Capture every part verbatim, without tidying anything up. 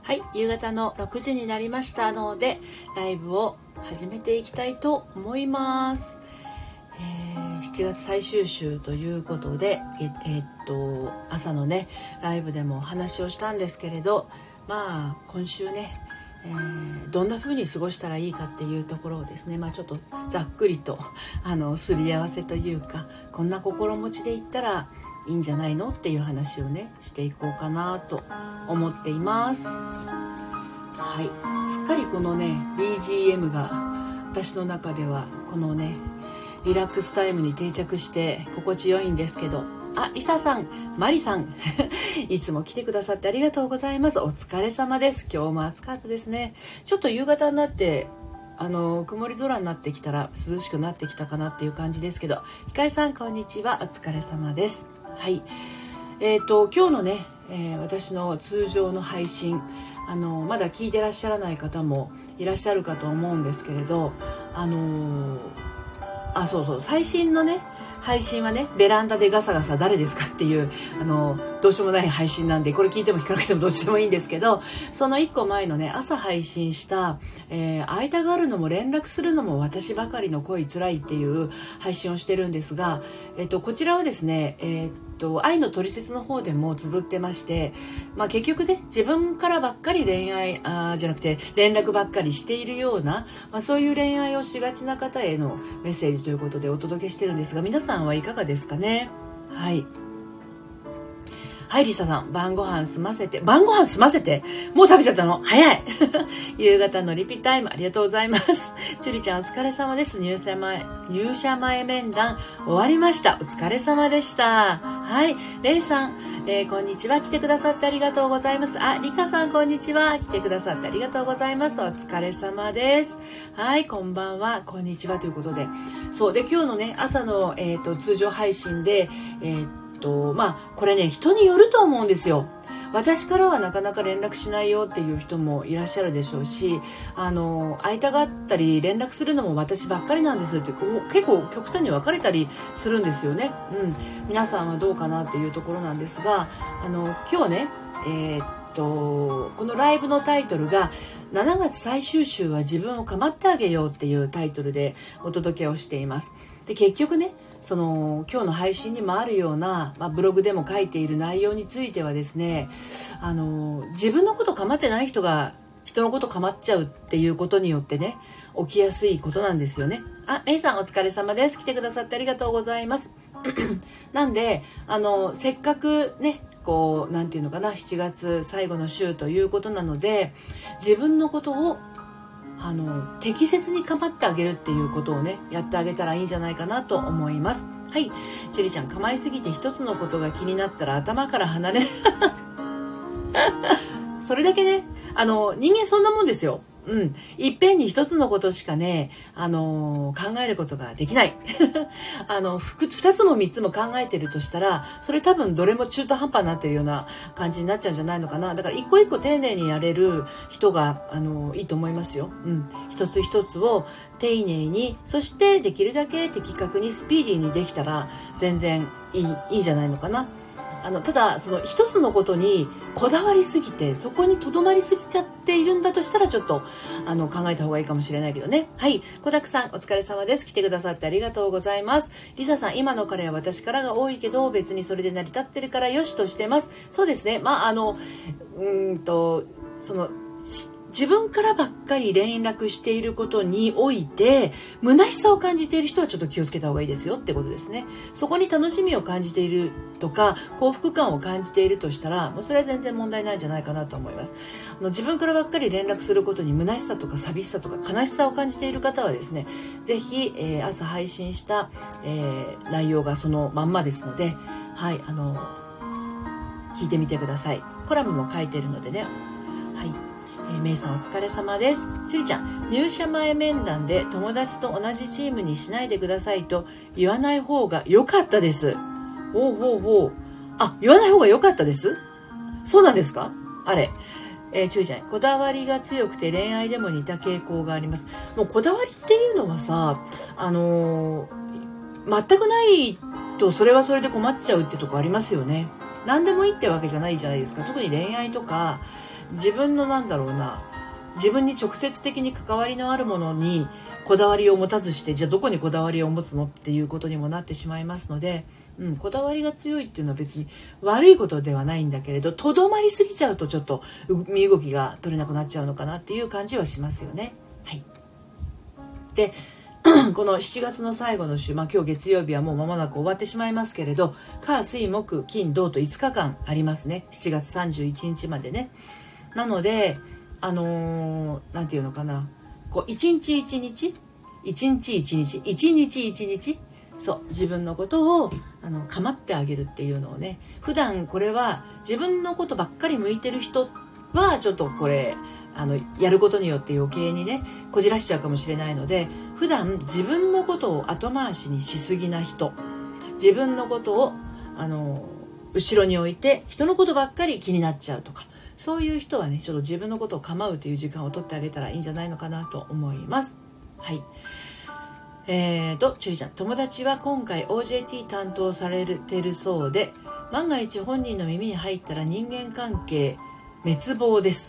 はい、夕方のろくじになりましたのでライブを始めていきたいと思います。えー、しちがつ最終週ということで、ええー、っと朝のねライブでも話をしたんですけれど、まあ今週ね、えー、どんな風に過ごしたらいいかっていうところをですね、まあちょっとざっくりとあのすり合わせというか、こんな心持ちでいったらいいんじゃないのっていう話をねしていこうかなと思っています。はい、すっかりこのね ビージーエム が私の中ではこのねリラックスタイムに定着して心地よいんですけど、あ、リサさん、マリさんいつも来てくださってありがとうございます。お疲れ様です。今日も暑かったですね。ちょっと夕方になってあの曇り空になってきたら涼しくなってきたかなっていう感じですけど、ひかりさんこんにちは、お疲れ様です。はい、えーと今日のね、えー、私の通常の配信、あのまだ聞いてらっしゃらない方もいらっしゃるかと思うんですけれど、あのー、あそうそう最新のね配信はね、ベランダでガサガサ誰ですかっていうあのどうしようもない配信なんで、これ聞いても聞かなくてもどうしてもいいんですけど、そのいっこまえのね朝配信した、えー、会いたがるのも連絡するのも私ばかりの恋つらいっていう配信をしてるんですが、えっと、こちらはですね、えー愛のトリセツの方でも綴ってまして、まあ、結局ね自分からばっかり恋愛あじゃなくて連絡ばっかりしているような、まあ、そういう恋愛をしがちな方へのメッセージということでお届けしてるんですが、皆さんはいかがですかね。はいはい、リサさん、晩ご飯済ませて、晩ご飯済ませてもう食べちゃったの早い夕方のリピタイムありがとうございます。チュリちゃんお疲れ様です。入社前、入社前面談終わりました。お疲れ様でした。はい、レイさん、えー、こんにちは。来てくださってありがとうございます。あ、リカさんこんにちは。来てくださってありがとうございます。お疲れ様です。はい、こんばんは、こんにちはということで、そうで今日のね朝の、えー、と通常配信で、えーとまあこれね人によると思うんですよ。私からはなかなか連絡しないよっていう人もいらっしゃるでしょうし、あの会いたがったり連絡するのも私ばっかりなんですって結構極端に分かれたりするんですよね。うん、皆さんはどうかなっていうところなんですが、あの今日ね、えー、っとこのライブのタイトルがしちがつ最終週は自分を構ってあげようっていうタイトルでお届けをしています。で結局ねその今日の配信にもあるような、まあ、ブログでも書いている内容についてはですね、あの自分のこと構ってない人が人のこと構っちゃうっていうことによってね起きやすいことなんですよね。あ、メイさんお疲れ様です。来てくださってありがとうございますなんであのせっかくねこうなんていうのかなしちがつ最後の週ということなので、自分のことをあの適切に構ってあげるっていうことをねやってあげたらいいんじゃないかなと思います。はい、ジュリちゃん、構いすぎて一つのことが気になったら頭から離れそれだけね、あの人間そんなもんですよ。うん、いっぺんに一つのことしかね、あのー、考えることができないあのふたつもみっつも考えてるとしたら、それ多分どれも中途半端になってるような感じになっちゃうんじゃないのかな。だから一個一個丁寧にやれる人が、あのー、いいと思いますよ。うん、一つ一つを丁寧に、そしてできるだけ的確にスピーディーにできたら全然いい、いいんじゃないのかな。あのただその一つのことにこだわりすぎてそこにとどまりすぎちゃっているんだとしたらちょっとあの考えた方がいいかもしれないけどね。はい、小沢さんお疲れ様です。来てくださってありがとうございます。リサさん、今の彼は私からが多いけど別にそれで成り立ってるからよしとしてます。そうですね、まああのうーんとその自分からばっかり連絡していることにおいて虚しさを感じている人はちょっと気をつけた方がいいですよってことですね。そこに楽しみを感じているとか幸福感を感じているとしたら、もうそれは全然問題ないんじゃないかなと思います。あの自分からばっかり連絡することに虚しさとか寂しさとか悲しさを感じている方はですね、ぜひ、えー、朝配信した、えー、内容がそのまんまですので、はい、あの聞いてみてください。コラムも書いているのでね。はい、えー、メイさんお疲れ様です。チュリちゃん、入社前面談で友達と同じチームにしないでくださいと言わない方が良かったです。ほうほうほう。あ、言わない方が良かったです。そうなんですか。あれ、えー、チュリちゃん、こだわりが強くて恋愛でも似た傾向があります。もうこだわりっていうのはさ、あのー、全くないとそれはそれで困っちゃうってとこありますよね。何でもいいってわけじゃないじゃないですか。特に恋愛とか自分のなんだろうな、自分に直接的に関わりのあるものにこだわりを持たずして、じゃあどこにこだわりを持つのっていうことにもなってしまいますので、うん、こだわりが強いっていうのは別に悪いことではないんだけれど、とどまりすぎちゃうとちょっと身動きが取れなくなっちゃうのかなっていう感じはしますよね。はい。でこのしちがつの最後の週、まあ、今日月曜日はもう間もなく終わってしまいますけれど、火水木金土といつかかんありますね。しちがつさんじゅういちにちまでね。なのであのー、なんていうのかな、こう一日一日一日一日一日一日そう自分のことをあの構ってあげるっていうのをね、普段これは自分のことばっかり向いてる人はちょっとこれあのやることによって余計にねこじらしちゃうかもしれないので、普段自分のことを後回しにしすぎな人、自分のことをあの後ろに置いて人のことばっかり気になっちゃうとか、そういう人はねちょっと自分のことを構うという時間を取ってあげたらいいんじゃないのかなと思います。はい。えーと、ちゅりちゃん、友達は今回 オージェーティー 担当されてるそうで、万が一本人の耳に入ったら人間関係滅亡です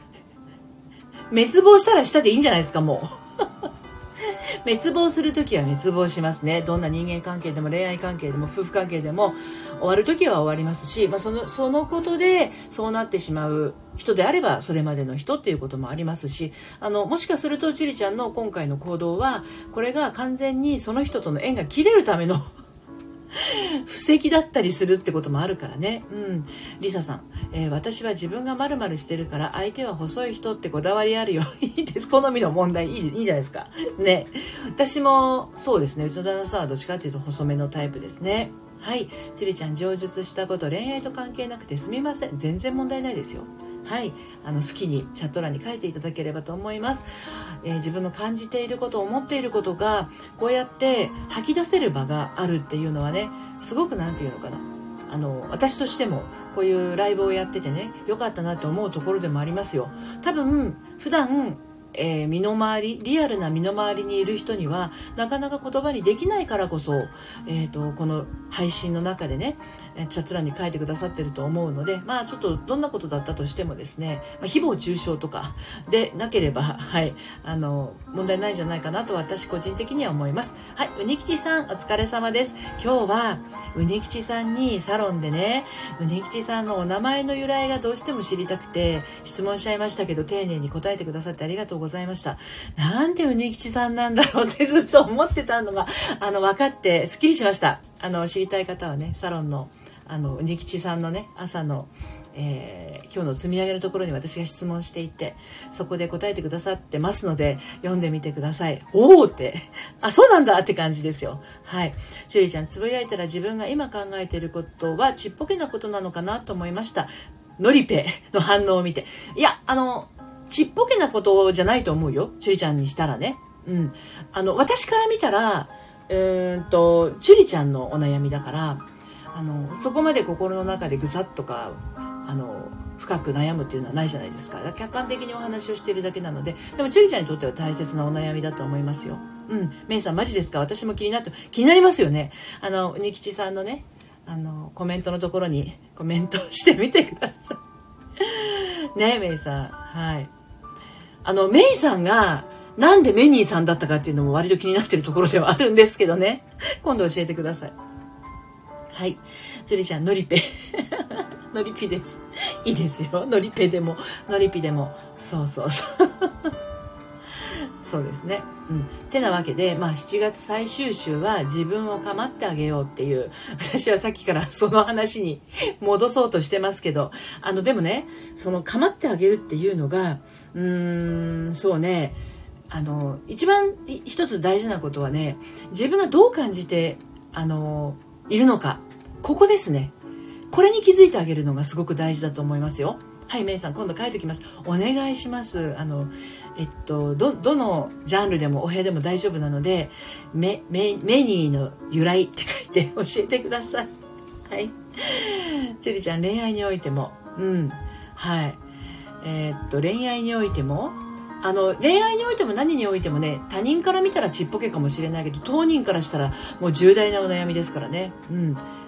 滅亡したらしたでいいんじゃないですか、もう滅亡するときは滅亡しますね。どんな人間関係でも恋愛関係でも夫婦関係でも終わるときは終わりますし、まあ、そのそのことでそうなってしまう人であればそれまでの人っていうこともありますし、あのもしかするとちゅりちゃんの今回の行動はこれが完全にその人との縁が切れるための布石だったりするってこともあるからね。うん。リサさん、えー、私は自分が丸々してるから相手は細い人ってこだわりあるよ。いいです。好みの問題いい、いいじゃないですか。ね。私もそうですね。うちの旦那さんはどっちかっていうと細めのタイプですね。はい。ちりちゃん、上述したこと恋愛と関係なくてすみません。全然問題ないですよ。はい、あの好きにチャット欄に書いていただければと思います。えー、自分の感じていること、思っていることがこうやって吐き出せる場があるっていうのはね、すごくなんていうのかな、あの私としてもこういうライブをやっててね、良かったなと思うところでもありますよ。多分普段えー、身の回りリアルな身の回りにいる人にはなかなか言葉にできないからこそ、えーと、この配信の中でねチャット欄に書いてくださってると思うので、まあちょっとどんなことだったとしてもですね、まあ、誹謗中傷とかでなければ、はい、あの問題ないんじゃないかなと私個人的には思います。はい、うにきちさんお疲れ様です。今日はうにきちさんにサロンでね、うにきちさんのお名前の由来がどうしても知りたくて質問しちゃいましたけど、丁寧に答えてくださってありがとうございました。なんでうにきちさんなんだろうってずっと思ってたのがあの分かってすっきりしました。あの知りたい方はね、サロンのあのうにきちさんのね朝の、えー、今日の積み上げのところに私が質問していて、そこで答えてくださってますので読んでみてください。おーって、あ、そうなんだって感じですよ。はい。シュリーちゃん、つぶやいたら自分が今考えていることはちっぽけなことなのかなと思いました。のりぺの反応を見て、いや、あのちっぽけなことじゃないと思うよ、チュリちゃんにしたらね。うん。あの、私から見たら、うーんと、チュリちゃんのお悩みだから、あの、そこまで心の中でぐさっとか、あの、深く悩むっていうのはないじゃないですか。だから客観的にお話をしているだけなので、でもチュリちゃんにとっては大切なお悩みだと思いますよ。うん。メイさん、マジですか？私も気になって、気になりますよね。あの、うにきちさんのね、あの、コメントのところにコメントしてみてください。ねえ、メイさん。はい。あのメイさんがなんでメニーさんだったかっていうのも割と気になってるところではあるんですけどね、今度教えてください。はい、ジュリちゃん、のりぺのりぴです。いいですよ、のりぺでものりぴでも、そうそうそうそうですね。うん。てなわけで、まあしちがつ最終週は自分を構ってあげようっていう、私はさっきからその話に戻そうとしてますけど、あのでもね、その構ってあげるっていうのが、うーん、そうね、あの一番一つ大事なことはね、自分がどう感じてあのいるのか、ここですね。これに気づいてあげるのがすごく大事だと思いますよ。はい、メイさん、今度書いておきます。お願いします。あのえっとどどのジャンルでもお部屋でも大丈夫なので、メメメニーの由来って書いて教えてください。はい。チュリちゃん、恋愛においても、うん、はい。えー、っと恋愛においても、あの恋愛においても何においてもね、他人から見たらちっぽけかもしれないけど、当人からしたらもう重大なお悩みですからね。うん。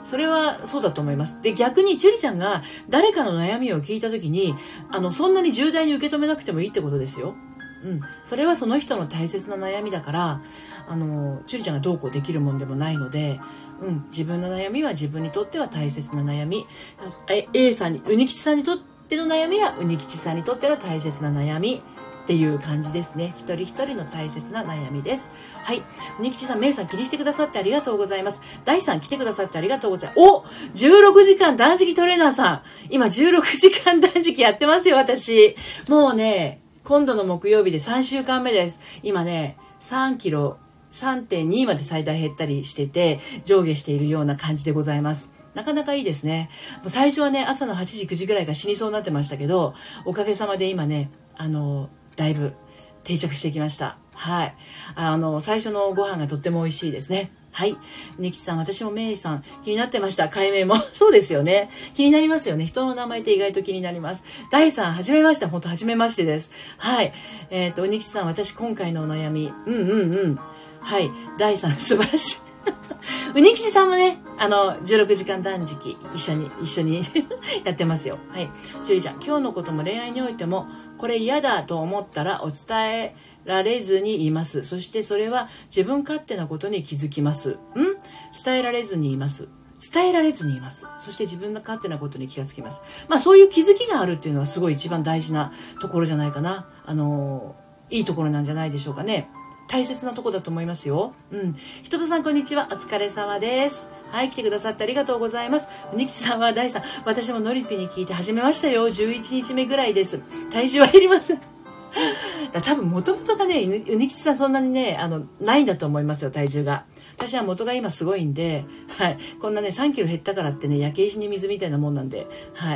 それはそうだと思います。で、逆に、樹里ちゃんが誰かの悩みを聞いたときに、あの、そんなに重大に受け止めなくてもいいってことですよ。うん。それはその人の大切な悩みだから、あの、樹里ちゃんがどうこうできるもんでもないので、うん。自分の悩みは自分にとっては大切な悩み。え、A さんに、うにきちさんにとっての悩みは、うにきちさんにとっての大切な悩み。っていう感じですね。一人一人の大切な悩みです。はい。うにきちさん、めいさん気にしてくださってありがとうございます。だいさん来てくださってありがとうございます。お !じゅうろくじかん断食トレーナーさん。今じゅうろくじかん断食やってますよ、私。もうね、今度の木曜日でさんしゅうかんめです。今ね、さんキロ、さんてんに まで最大減ったりしてて、上下しているような感じでございます。なかなかいいですね。もう最初はね、朝のはちじ、くじぐらいが死にそうになってましたけど、おかげさまで今ね、あの、だいぶ定着してきました。はい。あの、最初のご飯がとっても美味しいですね。はい。ねきちさん、私もめいさん、気になってました。解明も。そうですよね。気になりますよね。人の名前って意外と気になります。だいさん、はじめまして。本当はじめましてです。はい。えっと、ねきちさん、私、今回のお悩み。うんうんうん。はい。だいさん、素晴らしい。うにきちさんもね、あの、じゅうろくじかん断食、一緒に、一緒にやってますよ。はい。ジュリちゃん、今日のことも恋愛においても、これ嫌だと思ったらお伝えられずにいます。そしてそれは自分勝手なことに気づきます。ん伝えられずにいます。伝えられずにいます。そして自分の勝手なことに気がつきます。まあそういう気づきがあるっていうのはすごい一番大事なところじゃないかな。あの、いいところなんじゃないでしょうかね。大切なところだと思いますよ。うん。ひととさんこんにちは。お疲れ様です。はい、来てくださってありがとうございます。うにきちさんはだいさん、私ものりぴに聞いて始めましたよ。じゅういちにちめぐらいです。体重は減りません。多分元々がね、うにきちさんそんなにね、あの、ないんだと思いますよ、体重が。私は元が今すごいんで、はい。こんなね、さんキロ減ったからってね、焼け石に水みたいなもんなんで、はい。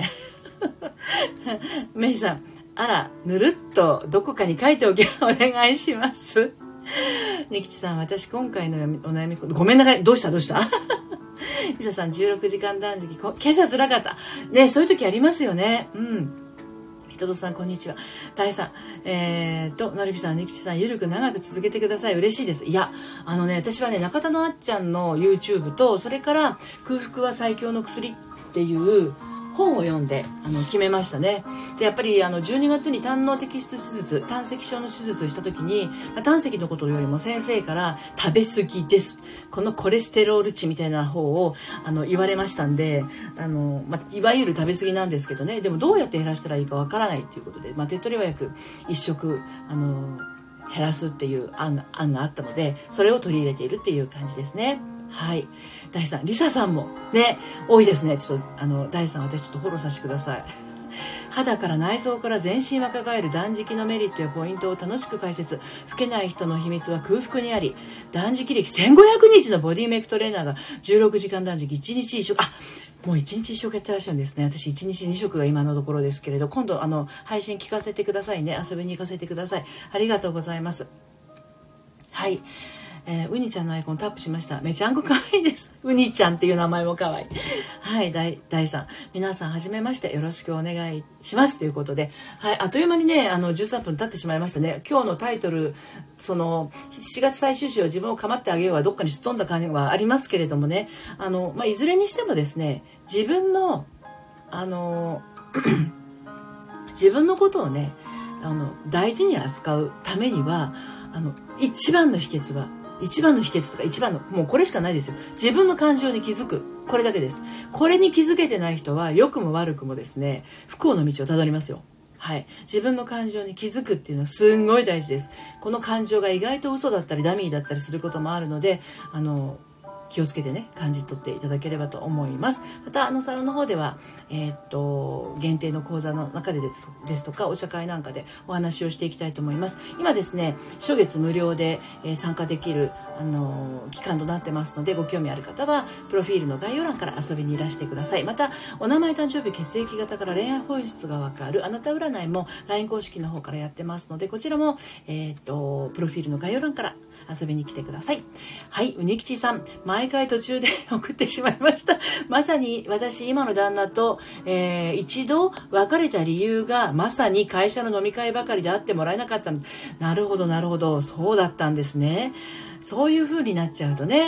メイさん、あら、ぬるっとどこかに書いておけばお願いします。ねきちさん、私今回のお悩み、ごめんなさい、どうしたどうしたリサさん、じゅうろくじかん断食、今朝辛かった。ね、そういう時ありますよね。うん。ひととさん、こんにちは。大さん、えーと、のりぴさん、ねきちさん、ゆるく長く続けてください。嬉しいです。いや、あのね、私はね、中田のあっちゃんの YouTube と、それから空腹は最強の薬っていう本を読んであの決めましたね。でやっぱりあのじゅうにがつに胆の摘出手術、胆石症の手術をした時に、まあ、胆石のことよりも先生から食べ過ぎです、このコレステロール値みたいな方をあの言われましたんで、あの、まあ、いわゆる食べ過ぎなんですけどね、でもどうやって減らしたらいいかわからないっていうことで、まあ、手っ取り早く一食あの減らすっていう案が、案があったので、それを取り入れているっていう感じですね。はい。大さん、リサさんもね、多いですね。ちょっと、あの、大さん、私ちょっとフォローさせてください。肌から内臓から全身若返る断食のメリットやポイントを楽しく解説。老けない人の秘密は空腹にあり、断食歴せんごひゃくにちのボディメイクトレーナーがじゅうろくじかん断食いちにちいっ食、あ、もういちにちいっ食やってらっしゃるんですね。私いちにちに食が今のところですけれど、今度あの配信聞かせてくださいね。遊びに行かせてください。ありがとうございます。はい。えー、ウニちゃんのアイコンタップしました。めちゃんこ可愛いです。ウニちゃんっていう名前も可愛い。はい、大、大さん。皆さん、はじめまして。よろしくお願いします。ということで。はい、あっという間にね、あの、じゅうさんぷん経ってしまいましたね。今日のタイトル、その、しちがつ最終週は自分を構ってあげようはどっかにすっ飛んだ感じはありますけれどもね。あの、まあ、いずれにしてもですね、自分の、あの、自分のことをね、あの、大事に扱うためには、あの、一番の秘訣は、一番の秘訣とか一番の、もうこれしかないですよ。自分の感情に気づく。これだけです。これに気づけてない人は、良くも悪くもですね、不幸の道をたどりますよ。はい。自分の感情に気づくっていうのはすんごい大事です。この感情が意外と嘘だったりダミーだったりすることもあるので、あの、気をつけてね、感じ取っていただければと思います。また、あの、サロンの方では、えー、っと、限定の講座の中でです、ですとか、お茶会なんかでお話をしていきたいと思います。今ですね、初月無料で、えー、参加できる、あのー、期間となってますので、ご興味ある方は、プロフィールの概要欄から遊びにいらしてください。また、お名前、誕生日、血液型から恋愛本質がわかる、あなた占いも ライン 公式の方からやってますので、こちらも、えー、っと、プロフィールの概要欄から遊びに来てください。はい、うにきちさん、毎回途中で送ってしまいました。まさに私、今の旦那と、えー、一度別れた理由がまさに会社の飲み会ばかりで会ってもらえなかったの。なるほど、なるほど。そうだったんですね。そういう風になっちゃうとね、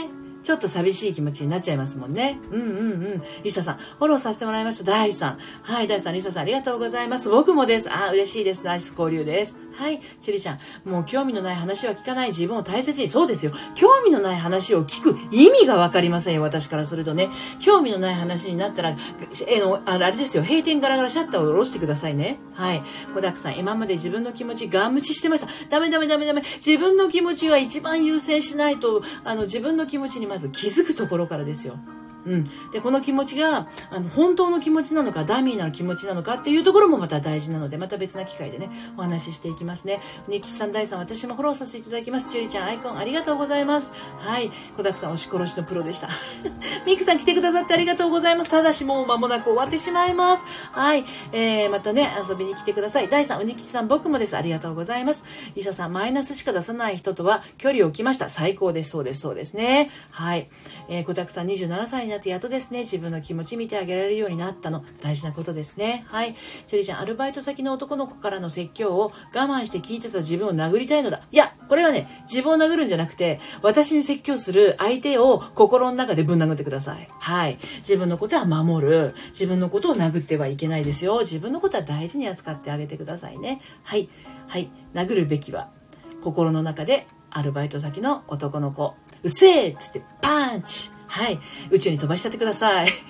ちょっと寂しい気持ちになっちゃいますもんね。うんうんうん。リサさん、フォローさせてもらいました。ダイさん。はい、ダイさん、リサさん、ありがとうございます。僕もです。あ、嬉しいです。ナイス交流です。はい、チュリちゃん。もう興味のない話は聞かない自分を大切に。そうですよ。興味のない話を聞く意味がわかりませんよ。私からするとね。興味のない話になったら、えの、あれですよ。閉店ガラガラシャッターを下ろしてくださいね。はい。小沢さん、今まで自分の気持ちガン無視してました。ダメダメダメダメ。自分の気持ちは一番優先しないと、あの、自分の気持ちにまず気づくところからですよ。うん、でこの気持ちがあの本当の気持ちなのかダミーな気持ちなのかっていうところもまた大事なので、また別な機会でねお話ししていきますね。ニキさん、大さん、私もフォローさせていただきます。チュリちゃん、アイコンありがとうございます。はい、小沢さん、押し殺しのプロでしたミクさん、来てくださってありがとうございます。ただしもう間もなく終わってしまいます。はい、えー、またね遊びに来てください。大さん、ニキさん、僕もです。ありがとうございます。リサさん、マイナスしか出さない人とは距離を置きました。最高です。そうですそうですね。はい、えー、小沢さん、にじゅうななさいになってやっとですね、自分の気持ち見てあげられるようになったの、大事なことですね。はい、チュリちゃん、アルバイト先の男の子からの説教を我慢して聞いてた自分を殴りたいのだ。いや、これはね、自分を殴るんじゃなくて、私に説教する相手を心の中でぶん殴ってください。はい、自分のことは守る、自分のことを殴ってはいけないですよ。自分のことは大事に扱ってあげてくださいね。はいはい、殴るべきは心の中で、アルバイト先の男の子、うっせーっつってパンチ、はい、宇宙に飛ばしちゃってください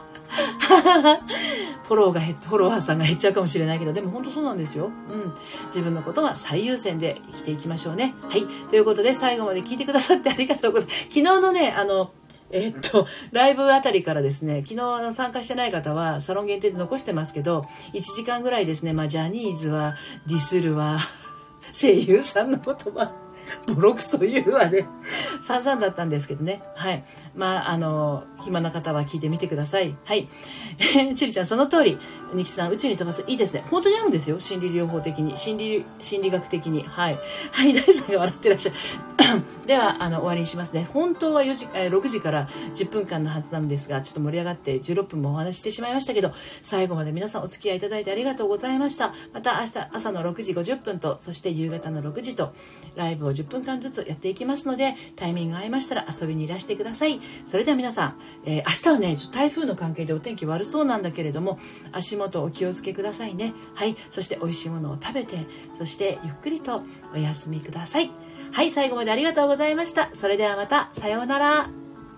フォローが減フォロワーさんが減っちゃうかもしれないけど、でも本当そうなんですよ。うん、自分のことが最優先で生きていきましょうね。はい、ということで最後まで聞いてくださってありがとうございます。昨日のね、あのえっとライブあたりからですね、昨日あの参加してない方はサロン限定で残してますけど、いちじかんぐらいですね、まあジャニーズはディスるわ、声優さんの言葉ボロクソ言うわね散々だったんですけどね。はい、まああの暇な方は聞いてみてください。はい、チリちゃん、その通り。ニキさん、宇宙に飛ばす、いいですね。本当にあるんですよ、心理療法的に、心理心理学的に。はいはい、大さんが笑ってらっしゃるではあの終わりにしますね。本当はよじ、えー、ろくじからじゅっぷんかんのはずなんですが、ちょっと盛り上がってじゅうろっぷんもお話ししてしまいましたけど、最後まで皆さんお付き合いいただいてありがとうございました。また明日朝のろくじごじゅっぷんと、そして夕方のろくじとライブをじゅっぷんかんずつやっていきますので、タイミングが合いましたら遊びにいらしてください。それでは皆さん、えー、明日はねちょっと台風の関係でお天気悪そうなんだけれども、足元お気をつけくださいね。はい、そして美味しいものを食べて、そしてゆっくりとお休みください。はい、最後までありがとうございました。それではまた、さようなら。